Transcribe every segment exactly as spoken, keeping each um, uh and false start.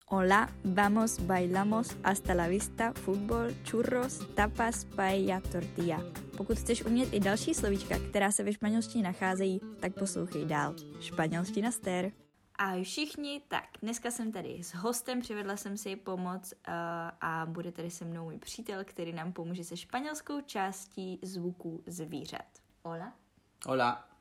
Hola, vamos, bailamos, hasta la vista, fútbol, churros, tapas, paella, tortilla. Pokud chceš umět i další slovíčka, která se ve španělštině nacházejí, tak poslouchej dál. Španělština ster. Ahoj všichni, tak dneska jsem tady s hostem, přivedla jsem si pomoc uh, a bude tady se mnou můj přítel, který nám pomůže se španělskou částí zvuků zvířat. Hola. Hola.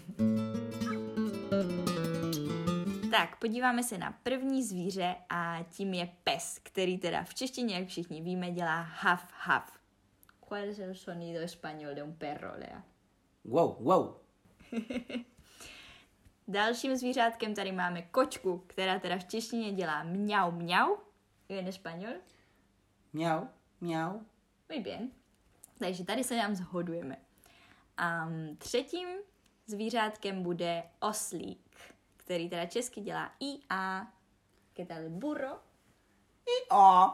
Tak, podíváme se na první zvíře a tím je pes, který teda v češtině, jak všichni víme, dělá haf haf. ¿Cuál es el sonido español de un perro, Lea? Wow, wow. Dalším zvířátkem tady máme kočku, která teda v češtině dělá mňau mňau. En español? Mňau, mňau. Muy bien. Takže tady se nám shodujeme. Um, třetím zvířátkem bude oslík, který teda česky dělá i a. ¿Qué tal burro? I o.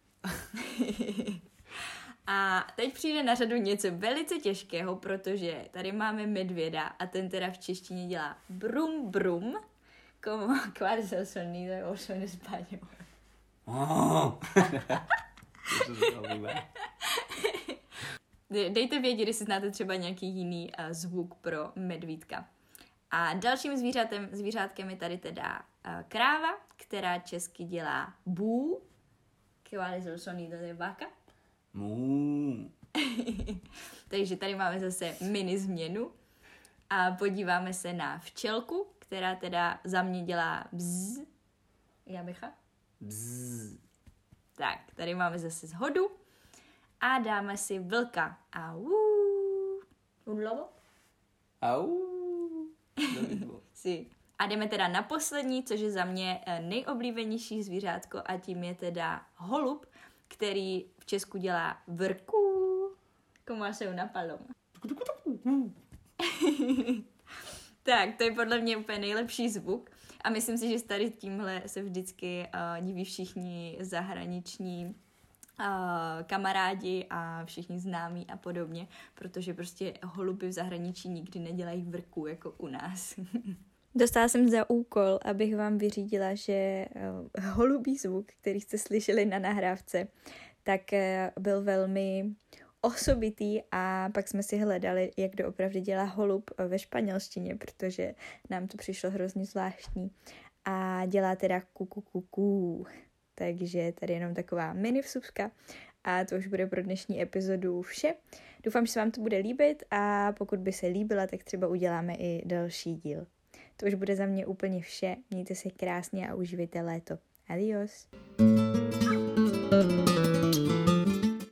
A teď přijde na řadu něco velice těžkého, protože tady máme medvěda a ten teda v češtině dělá brum brum. Como, ¿cuál es el sonido de oso en español? Oh. Dejte vědět, jestli znáte třeba nějaký jiný uh, zvuk pro medvídka. A dalším zvířatem, zvířátkem je tady teda uh, kráva, která česky dělá bů. ¿Cuál es el sonido de vaca? Mu. Takže tady máme zase mini změnu. A podíváme se na včelku, která teda za mě dělá bzz. Jabecha? Bzz. Tak, tady máme zase shodu. A dáme si vlka. Au. Un lobo? Au. Si. A jdeme teda na poslední, což je za mě nejoblíbenější zvířátko a tím je teda holub, který v Česku dělá vrku. Como hace una paloma. Tak, to je podle mě úplně nejlepší zvuk a myslím si, že tady tímhle se vždycky uh, diví všichni zahraniční uh, kamarádi a všichni známí a podobně, protože prostě holuby v zahraničí nikdy nedělají vrku jako u nás. Dostala jsem za úkol, abych vám vyřídila, že uh, holubí zvuk, který jste slyšeli na nahrávce, tak uh, byl velmi osobitý a pak jsme si hledali, jak doopravdy dělá holub ve španělštině, protože nám to přišlo hrozně zvláštní. A dělá teda kuku kuku. Takže tady jenom taková mini vsuvka a to už bude pro dnešní epizodu vše. Doufám, že se vám to bude líbit a pokud by se líbila, tak třeba uděláme i další díl. To už bude za mě úplně vše. Mějte se krásně a uživejte léto. Adios.